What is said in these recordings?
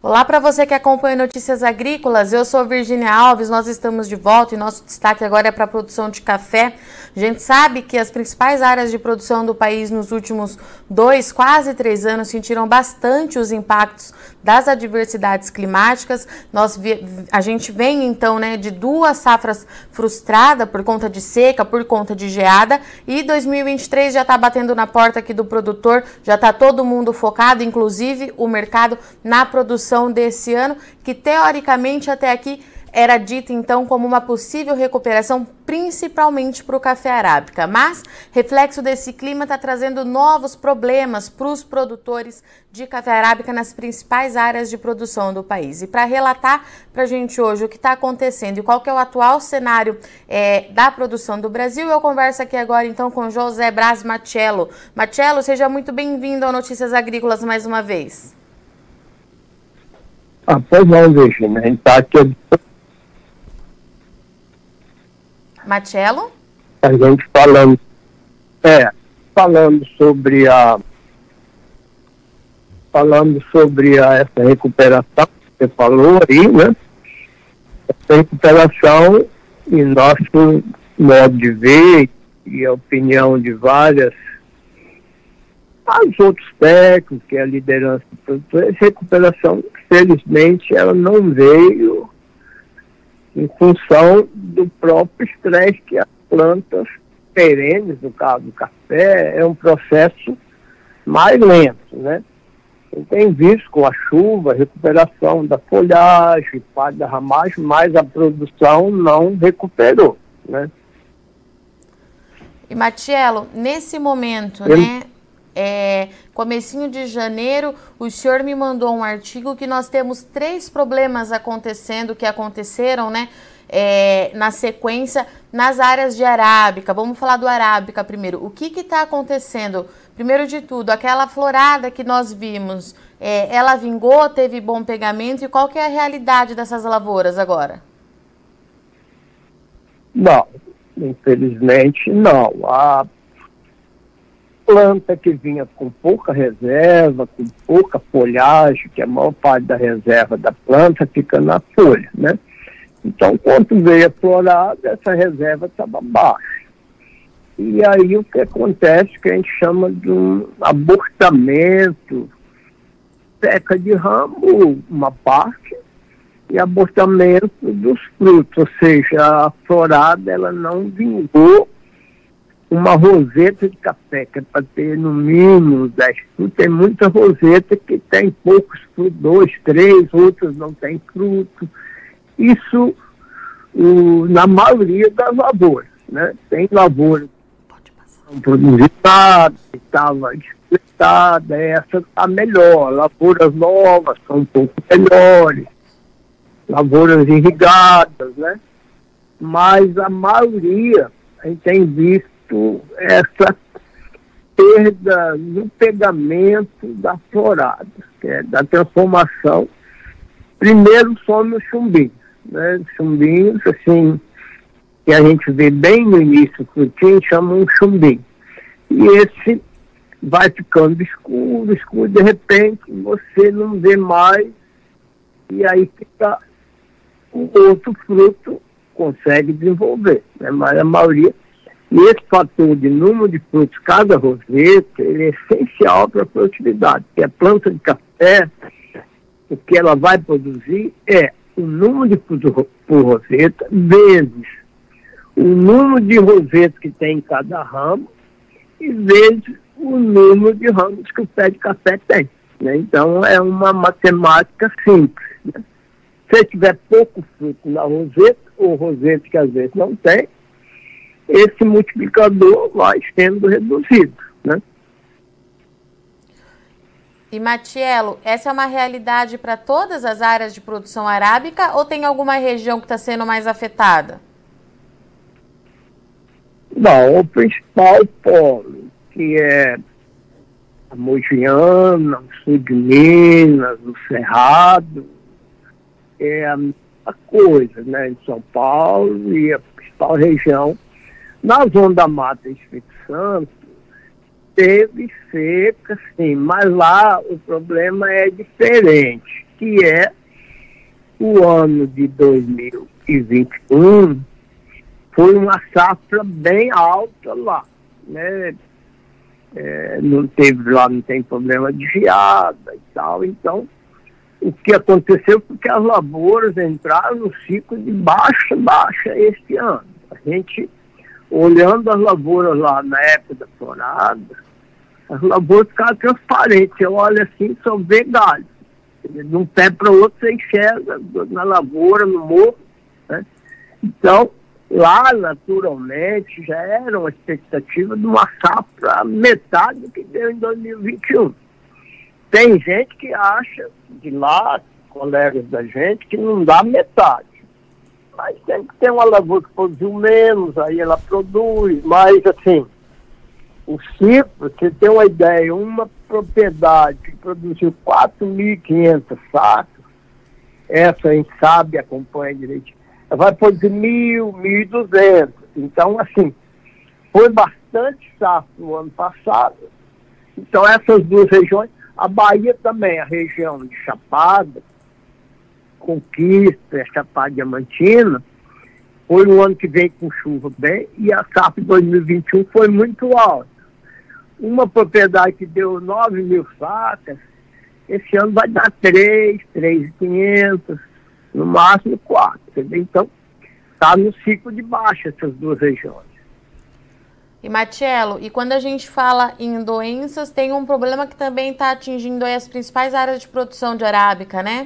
Olá para você que acompanha Notícias Agrícolas, eu sou Virgínia Alves, nós estamos de volta e nosso destaque agora é para a produção de café. A gente sabe que as principais áreas de produção do país nos últimos 2, quase 3 anos sentiram bastante os impactos das adversidades climáticas. A gente vem então de 2 safras frustradas por conta de seca, por conta de geada, e 2023 já está batendo na porta aqui do produtor, já está todo mundo focado, inclusive o mercado, na produção desse ano, que teoricamente até aqui era dita então como uma possível recuperação, principalmente para o café arábica. Mas reflexo desse clima está trazendo novos problemas para os produtores de café arábica nas principais áreas de produção do país. E para relatar para a gente hoje o que está acontecendo e qual que é o atual cenário da produção do Brasil, eu converso aqui agora então com José Braz Machello. Machello, seja muito bem-vindo ao Notícias Agrícolas mais uma vez. Pois não, Virgínia, a gente está aqui. Machello? A gente falando sobre essa recuperação que você falou aí, né? Essa recuperação, em nosso modo de ver e a opinião de vários outros técnicos, que é a liderança do produtor, essa recuperação, felizmente, ela não veio em função do próprio estresse que as plantas perenes, no caso do café, é um processo mais lento, né? Você tem visto com a chuva, a recuperação da folhagem, parte da ramagem, mas a produção não recuperou, né? E Machello, nesse momento, comecinho de janeiro, o senhor me mandou um artigo que nós temos 3 problemas que aconteceram, na sequência, nas áreas de arábica. Vamos falar do arábica primeiro. O que está acontecendo? Primeiro de tudo, aquela florada que nós vimos, ela vingou, teve bom pegamento, e qual que é a realidade dessas lavouras agora? Não, infelizmente não. A planta que vinha com pouca reserva, com pouca folhagem, que a maior parte da reserva da planta fica na folha, né? Então, quando veio a florada, essa reserva estava baixa. E aí o que acontece, que a gente chama de um abortamento, seca de ramo, uma parte, e abortamento dos frutos, ou seja, a florada ela não vingou uma roseta de café, que é para ter no mínimo 10 frutos. Tem muita roseta que tem poucos frutos, 2, 3, outras não tem fruto. Isso na maioria das lavouras, né? Tem lavouras que não produziram nada, que estava despletada, essa está melhor. Lavouras novas são um pouco melhores, lavouras irrigadas, né? Mas a maioria, a gente tem visto essa perda no pegamento da florada, que é da transformação. Primeiro some os chumbinhos, né? Chumbinhos, assim, que a gente vê bem no início, frutinho, chama um chumbinho. E esse vai ficando escuro, de repente você não vê mais, e aí fica o outro fruto consegue desenvolver, né? Mas a maioria. E esse fator de número de frutos, cada roseta, ele é essencial para a produtividade, porque a planta de café, o que ela vai produzir é o número de frutos por roseta, vezes o número de rosetas que tem em cada ramo, e vezes o número de ramos que o pé de café tem, né? Então, é uma matemática simples, né? Se tiver pouco fruto na roseta, ou roseta que às vezes não tem, esse multiplicador vai sendo reduzido, né? E Machello, essa é uma realidade para todas as áreas de produção arábica ou tem alguma região que está sendo mais afetada? Não, o principal polo, que é a Mogiana, o sul de Minas, o Cerrado, é a mesma coisa, né? Em São Paulo e a principal região. Na Zona da Mata Espírito Santo, teve seca, sim, mas lá o problema é diferente, que é o ano de 2021 foi uma safra bem alta lá, né? Não tem problema de geada e tal. Então, o que aconteceu foi que as lavouras entraram no ciclo de baixa este ano. A gente, olhando as lavouras lá na época da florada, as lavouras ficaram transparentes. Você olha assim, só vê galho. De um pé para o outro você enxerga na lavoura, no morro, né? Então, lá, naturalmente, já era uma expectativa de uma safra metade do que deu em 2021. Tem gente que acha, de lá, colegas da gente, que não dá metade. Mas tem que ter uma lavoura que produziu menos, aí ela produz. Mas, assim, o ciclo, você tem uma ideia, uma propriedade que produziu 4.500 sacos, essa a gente sabe, acompanha direitinho, ela vai produzir 1.200. Então, assim, foi bastante safra no ano passado. Então, essas duas regiões, a Bahia também, a região de Chapada, Conquista, Chapada Diamantina, foi um ano que veio com chuva bem, e a safra de 2021 foi muito alta. Uma propriedade que deu 9.000 sacas, esse ano vai dar 3.500, no máximo 4. Entendeu? Então, está no ciclo de baixa essas duas regiões. E, Marcelo, e quando a gente fala em doenças, tem um problema que também está atingindo aí as principais áreas de produção de arábica, né?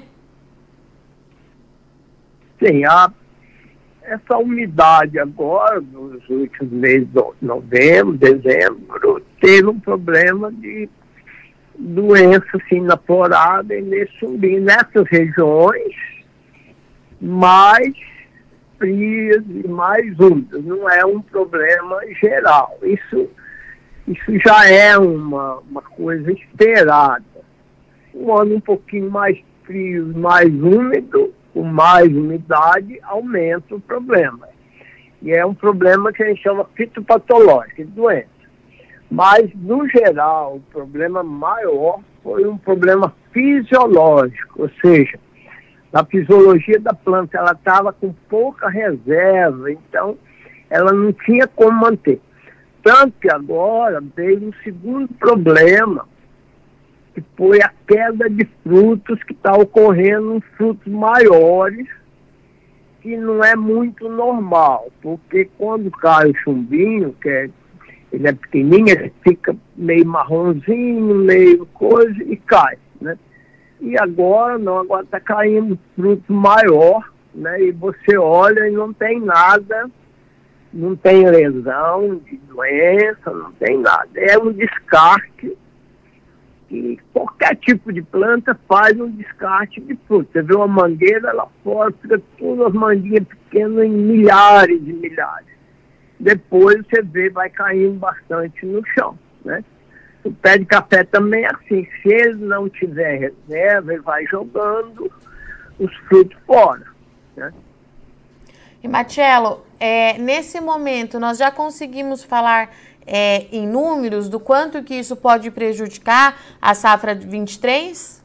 Sim, essa umidade agora, nos últimos meses de novembro, dezembro, teve um problema de doença assim, na florada e nesse chumbinho, nessas regiões mais frias e mais úmidas. Não é um problema geral. Isso já é uma coisa esperada. Um ano um pouquinho mais frio, mais úmido, com mais umidade, aumenta o problema. E é um problema que a gente chama fitopatológico, de doença. Mas, no geral, o problema maior foi um problema fisiológico, ou seja, na fisiologia da planta ela estava com pouca reserva, então ela não tinha como manter. Tanto que agora veio um segundo problema, que foi a queda de frutos que está ocorrendo, frutos maiores, que não é muito normal, porque quando cai o chumbinho, ele é pequenininho, ele fica meio marronzinho, meio coisa, e cai, né? E agora não, agora está caindo fruto maior, né? E você olha e não tem nada, não tem lesão de doença, não tem nada. É um descarte que qualquer tipo de planta faz um descarte de fruto. Você vê uma mangueira lá fora, fica todas as manguinhas pequenas em milhares e milhares. Depois você vê, vai caindo bastante no chão, né? O pé de café também é assim. Se ele não tiver reserva, ele vai jogando os frutos fora, né? E, Marcelo, nesse momento, nós já conseguimos falar em números do quanto que isso pode prejudicar a safra de 23?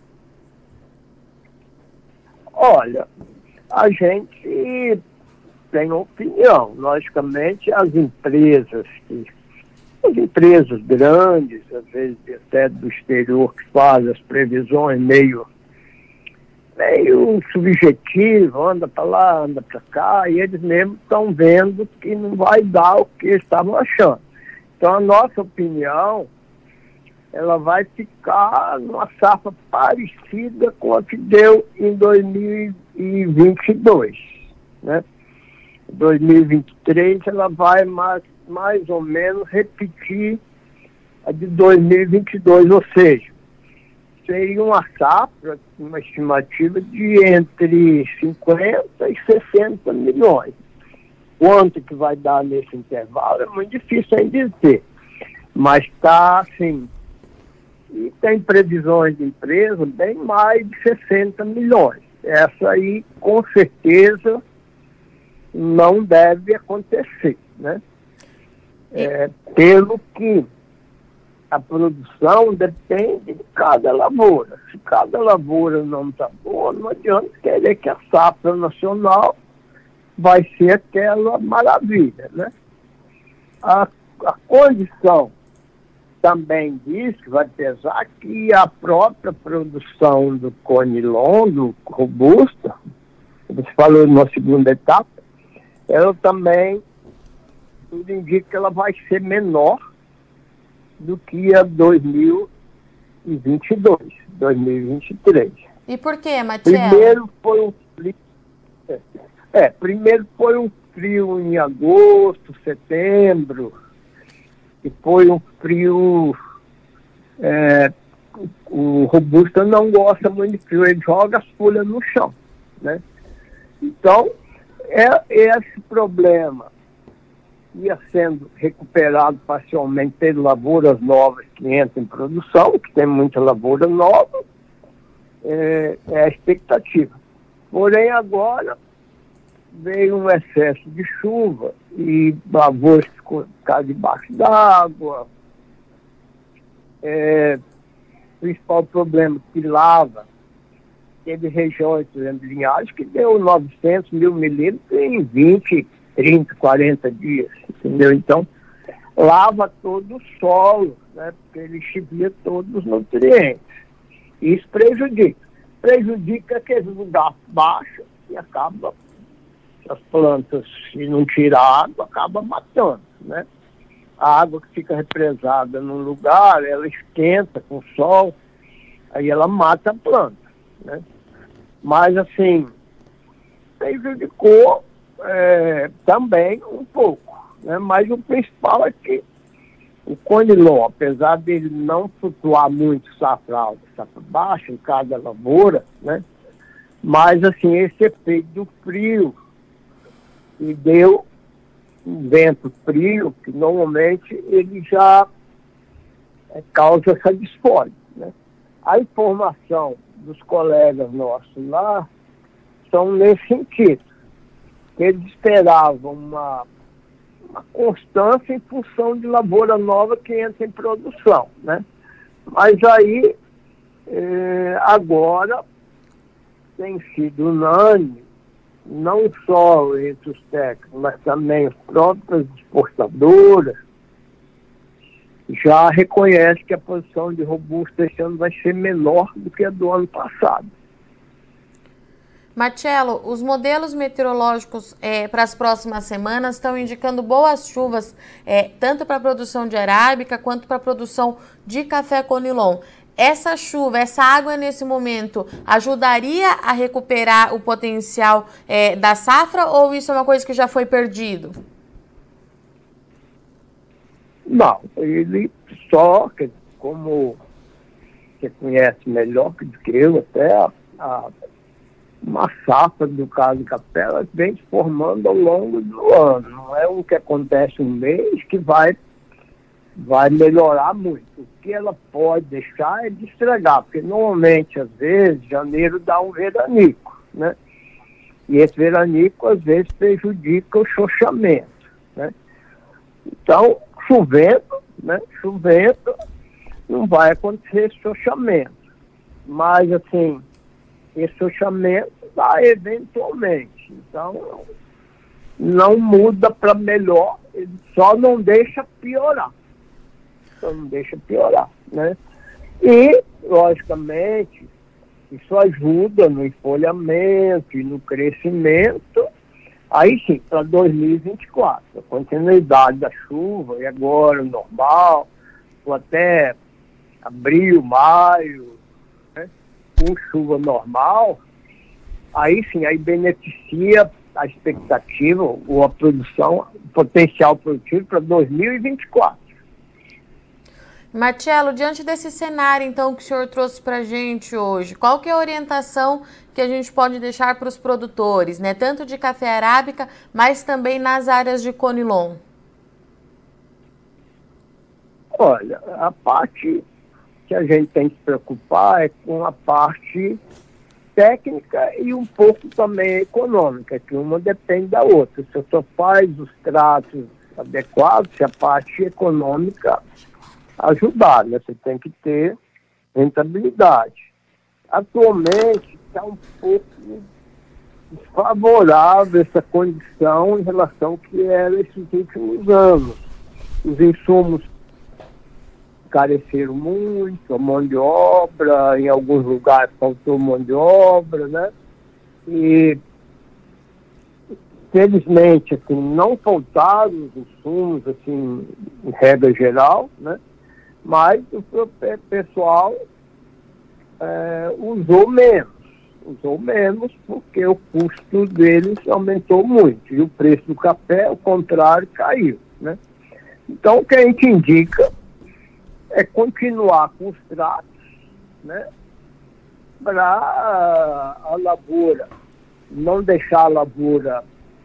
Olha, a gente tem opinião. Logicamente, as empresas grandes, às vezes até do exterior, que fazem as previsões meio subjetivo, anda para lá, anda para cá, e eles mesmos estão vendo que não vai dar o que eles estavam achando. Então, a nossa opinião, ela vai ficar numa safra parecida com a que deu em 2022, né? 2023, ela vai mais ou menos repetir a de 2022, ou seja, seria uma safra, uma estimativa de entre 50 e 60 milhões. Quanto que vai dar nesse intervalo é muito difícil ainda dizer, mas está assim, e tem previsões de empresa bem mais de 60 milhões. Essa aí, com certeza, não deve acontecer, né? Pelo que a produção depende de cada lavoura. Se cada lavoura não está boa, não adianta querer que a safra nacional vai ser aquela maravilha, né? A condição também diz que vai pesar que a própria produção do Conilon, do Robusta, você falou na segunda etapa, ela também, tudo indica que ela vai ser menor do que a 2022, 2023. E por quê, Matiello? Primeiro foi um frio em agosto, setembro, e foi um frio... o Robusta não gosta muito de frio, ele joga as folhas no chão, né? Então, esse problema ia sendo recuperado parcialmente pelas lavouras novas que entram em produção, que tem muita lavoura nova, é a expectativa. Porém, agora veio um excesso de chuva e lavouras ficaram debaixo d'água. O principal problema que lava, teve regiões, por exemplo, Linhares, que deu 900 mil milímetros em 20, 30, 40 dias, entendeu? Então, lava todo o solo, né? Porque ele chivia todos os nutrientes. Isso prejudica. Prejudica aqueles lugares baixos e acaba, as plantas, se não tirar água, acaba matando, né? A água que fica represada num lugar, ela esquenta com o sol, aí ela mata a planta, né? Mas, assim, prejudicou também um pouco, né? Mas o principal é que o Conilon, apesar dele não flutuar muito safra alta, safra baixa em cada lavoura, né? Mas, assim, esse efeito do frio e deu um vento frio, que normalmente ele já causa essa disfólise, né? A informação dos colegas nossos lá são nesse sentido. Eles esperavam uma constância em função de lavoura nova que entra em produção, né? Mas aí, agora, tem sido unânime, não só entre os técnicos, mas também as próprias exportadoras, já reconhece que a produção de Robusta esse ano vai ser menor do que a do ano passado. Matiello, os modelos meteorológicos para as próximas semanas estão indicando boas chuvas, tanto para a produção de arábica quanto para a produção de café Conilon. Essa chuva, essa água nesse momento, ajudaria a recuperar o potencial da safra ou isso é uma coisa que já foi perdido? Não, ele só, como você conhece melhor do que eu, até uma safra do caso de café, ela vem se formando ao longo do ano. Não é o que acontece um mês que vai melhorar muito. O que ela pode deixar é de estragar, porque normalmente, às vezes, janeiro dá um veranico, né? E esse veranico, às vezes, prejudica o chochamento, né? Então, chovendo, não vai acontecer esse chochamento. Mas, assim, esse chochamento dá eventualmente. Então, não muda para melhor, ele só não deixa piorar. Né? E, logicamente, isso ajuda no enfolhamento e no crescimento. Aí sim, para 2024, a continuidade da chuva, e agora normal, ou até abril, maio, né, com chuva normal, aí sim, aí beneficia a expectativa ou a produção, o potencial produtivo para 2024. Matiello, diante desse cenário, então, que o senhor trouxe para a gente hoje, qual que é a orientação que a gente pode deixar para os produtores, né? Tanto de café arábica, mas também nas áreas de Conilon? Olha, a parte que a gente tem que se preocupar é com a parte técnica e um pouco também econômica, que uma depende da outra. Se você faz os tratos adequados, se a parte econômica ajudar, né? Você tem que ter rentabilidade. Atualmente está um pouco desfavorável essa condição em relação ao que era esses últimos anos. Os insumos careceram muito, a mão de obra, em alguns lugares faltou mão de obra, né? E, felizmente, assim, não faltaram os insumos, assim, em regra geral, né? Mas o pessoal usou menos porque o custo deles aumentou muito e o preço do café, ao contrário, caiu, né? Então, o que a gente indica é continuar com os tratos, né, para a lavoura, não deixar a lavoura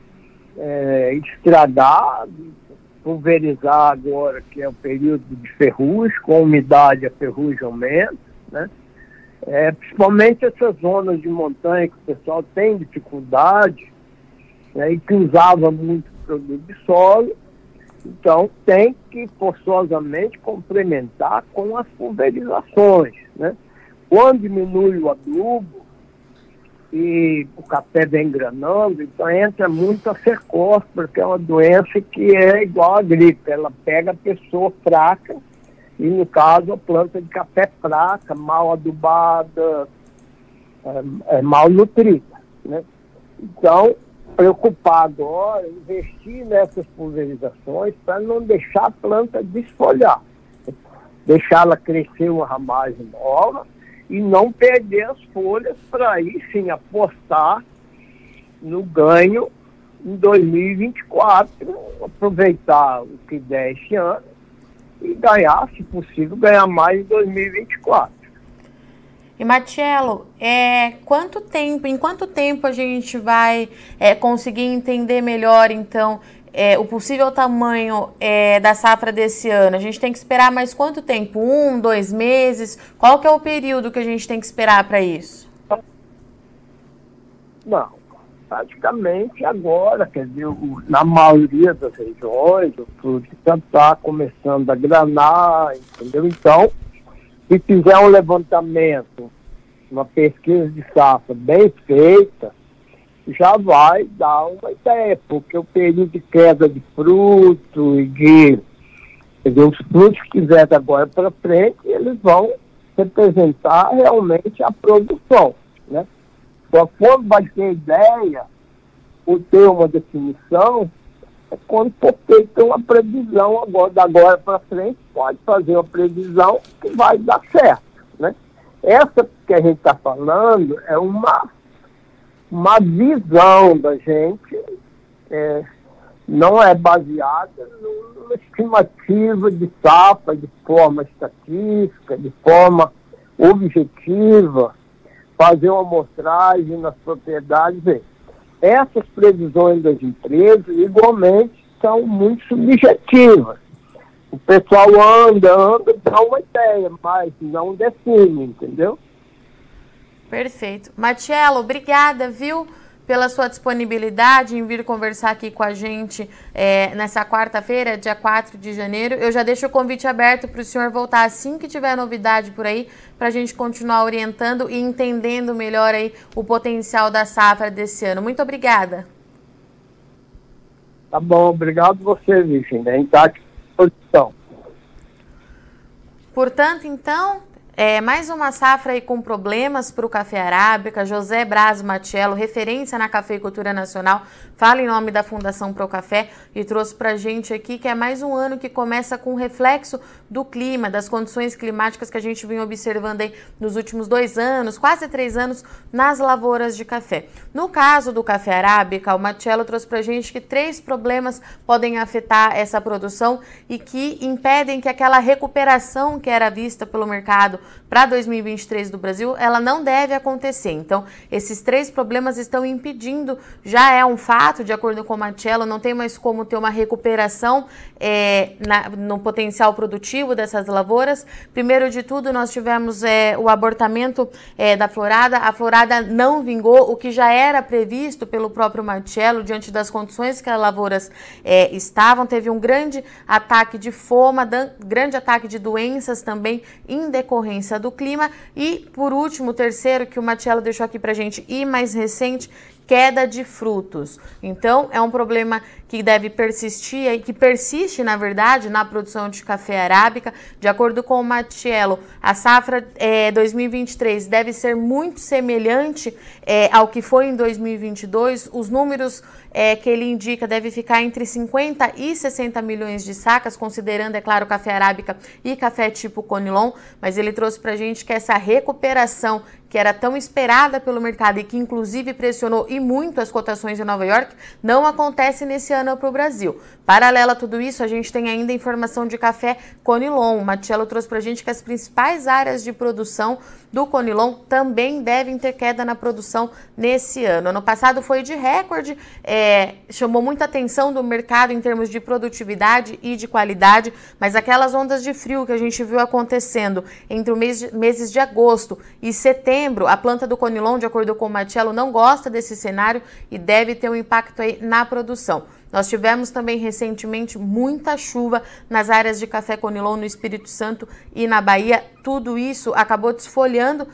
estragar, pulverizar agora, que é o período de ferrugem, com a umidade a ferrugem aumenta, né? Principalmente essas zonas de montanha que o pessoal tem dificuldade, né, e que usava muito produto de solo. Então, tem que forçosamente complementar com as pulverizações, né? Quando diminui o adubo e o café vem granando, então entra muito a cercóspora, que é uma doença que é igual à gripe. Ela pega a pessoa fraca, e no caso a planta de café fraca, mal adubada, mal nutrida, né? Então, preocupar agora, investir nessas pulverizações para não deixar a planta desfolhar, deixá-la crescer uma ramagem nova e não perder as folhas para aí sim apostar no ganho em 2024, aproveitar o que der este ano e ganhar, se possível, ganhar mais em 2024. E Marcelo, em quanto tempo a gente vai conseguir entender melhor, então, o possível tamanho da safra desse ano? A gente tem que esperar mais quanto tempo? 1, 2 meses? Qual que é o período que a gente tem que esperar para isso? Não, praticamente agora, quer dizer, na maioria das regiões, o fruto já está começando a granar, entendeu? Então, se fizer um levantamento, uma pesquisa de safra bem feita, já vai dar uma ideia, porque o período de queda de fruto e de, quer dizer, os frutos que vierem agora para frente, eles vão representar realmente a produção, né? Só quando vai ter ideia ou ter uma definição, é quando for feita uma previsão da agora para frente, pode fazer uma previsão que vai dar certo, né? Essa que a gente está falando é uma visão da gente, não é baseada numa estimativa de safra, de forma estatística, de forma objetiva, fazer uma amostragem nas propriedades. Essas previsões das empresas, igualmente, são muito subjetivas. O pessoal anda, dá uma ideia, mas não define, entendeu? Perfeito. Marcelo, obrigada, viu, pela sua disponibilidade em vir conversar aqui com a gente nessa quarta-feira, dia 4 de janeiro. Eu já deixo o convite aberto para o senhor voltar assim que tiver novidade por aí, para a gente continuar orientando e entendendo melhor aí o potencial da safra desse ano. Muito obrigada. Tá bom, obrigado você, Virginia. A gente está à disposição. Portanto, então, mais uma safra aí com problemas para o café arábica. José Braz Marcelo, referência na cafeicultura nacional, fala em nome da Fundação Procafé e trouxe para a gente aqui que é mais um ano que começa com reflexo do clima, das condições climáticas que a gente vem observando aí nos últimos 2 anos, quase 3 anos, nas lavouras de café. No caso do café arábica, o Marcelo trouxe para a gente que 3 problemas podem afetar essa produção e que impedem que aquela recuperação que era vista pelo mercado para 2023 do Brasil, ela não deve acontecer. Então, esses 3 problemas estão impedindo, já é um fato, de acordo com o Marcelo, não tem mais como ter uma recuperação no potencial produtivo dessas lavouras. Primeiro de tudo, nós tivemos o abortamento da florada. A florada não vingou, o que já era previsto pelo próprio Marcelo, diante das condições que as lavouras estavam. Teve um grande ataque de foma, grande ataque de doenças também em decorrência do clima. E, por último, o terceiro que o Marcelo deixou aqui pra gente, e mais recente, queda de frutos. Então, é um problema que deve persistir e que persiste, na verdade, na produção de café arábica. De acordo com o Marcelo, a safra 2023 deve ser muito semelhante ao que foi em 2022. Os números que ele indica deve ficar entre 50 e 60 milhões de sacas, considerando, é claro, café arábica e café tipo Conilon, mas ele trouxe pra gente que essa recuperação que era tão esperada pelo mercado e que inclusive pressionou e muito as cotações em Nova York, não acontece nesse ano para o Brasil. Paralelo a tudo isso, a gente tem ainda informação de café Conilon. O Marcelo trouxe para a gente que as principais áreas de produção do Conilon também devem ter queda na produção nesse ano. Ano passado foi de recorde, chamou muita atenção do mercado em termos de produtividade e de qualidade, mas aquelas ondas de frio que a gente viu acontecendo entre os meses de agosto e setembro, a planta do Conilon, de acordo com o Marcelo, não gosta desse cenário e deve ter um impacto aí na produção. Nós tivemos também recentemente muita chuva nas áreas de café Conilon no Espírito Santo e na Bahia. Tudo isso acabou desfolhando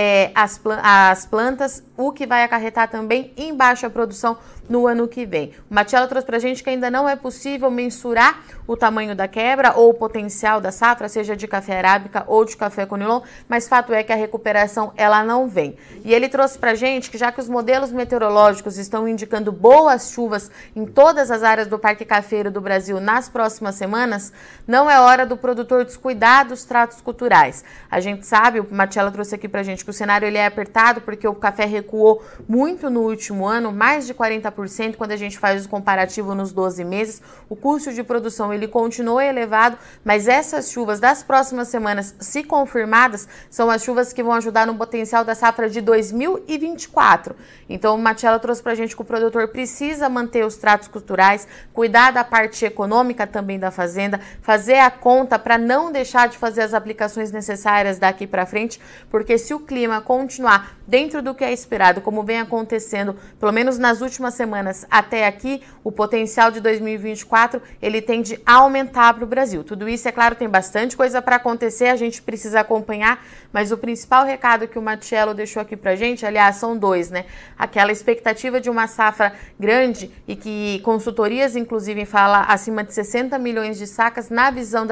as plantas, o que vai acarretar também em baixa produção no ano que vem. O Marcelo trouxe pra gente que ainda não é possível mensurar o tamanho da quebra ou o potencial da safra, seja de café arábica ou de café Conilon, mas fato é que a recuperação ela não vem. E ele trouxe pra gente que já que os modelos meteorológicos estão indicando boas chuvas em todas as áreas do Parque Cafeiro do Brasil nas próximas semanas, não é hora do produtor descuidar dos tratos culturais. A gente sabe, o Marcelo trouxe aqui pra gente que o cenário ele é apertado porque o café recuou muito no último ano, mais de 40% quando a gente faz o comparativo nos 12 meses. O custo de produção ele continua elevado, mas essas chuvas das próximas semanas, se confirmadas, são as chuvas que vão ajudar no potencial da safra de 2024. Então o Marcelo trouxe pra gente que o produtor precisa manter os tratos culturais, cuidar da parte econômica também da fazenda, fazer a conta para não deixar de fazer as aplicações necessárias daqui para frente, porque se o clima continuar dentro do que é esperado, como vem acontecendo, pelo menos nas últimas semanas até aqui, o potencial de 2024 ele tende a aumentar para o Brasil. Tudo isso, é claro, tem bastante coisa para acontecer, a gente precisa acompanhar, mas o principal recado que o Marcelo deixou aqui para a gente, aliás, são 2, né? Aquela expectativa de uma safra grande e que consultorias, inclusive, falam acima de 60 milhões de sacas na visão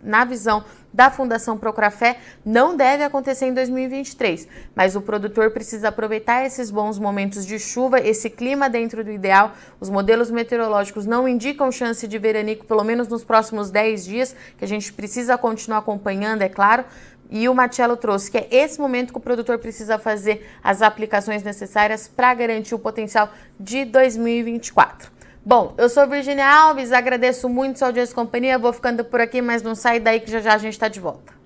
da Fundação Procafé, não deve acontecer em 2023, mas o produtor precisa aproveitar esses bons momentos de chuva, esse clima dentro do ideal. Os modelos meteorológicos não indicam chance de veranico, pelo menos nos próximos 10 dias, que a gente precisa continuar acompanhando, é claro. E o Marcelo trouxe que é esse momento que o produtor precisa fazer as aplicações necessárias para garantir o potencial de 2024. Bom, eu sou Virginia Alves, agradeço muito sua audiência e companhia, vou ficando por aqui, mas não sai daí que já já a gente está de volta.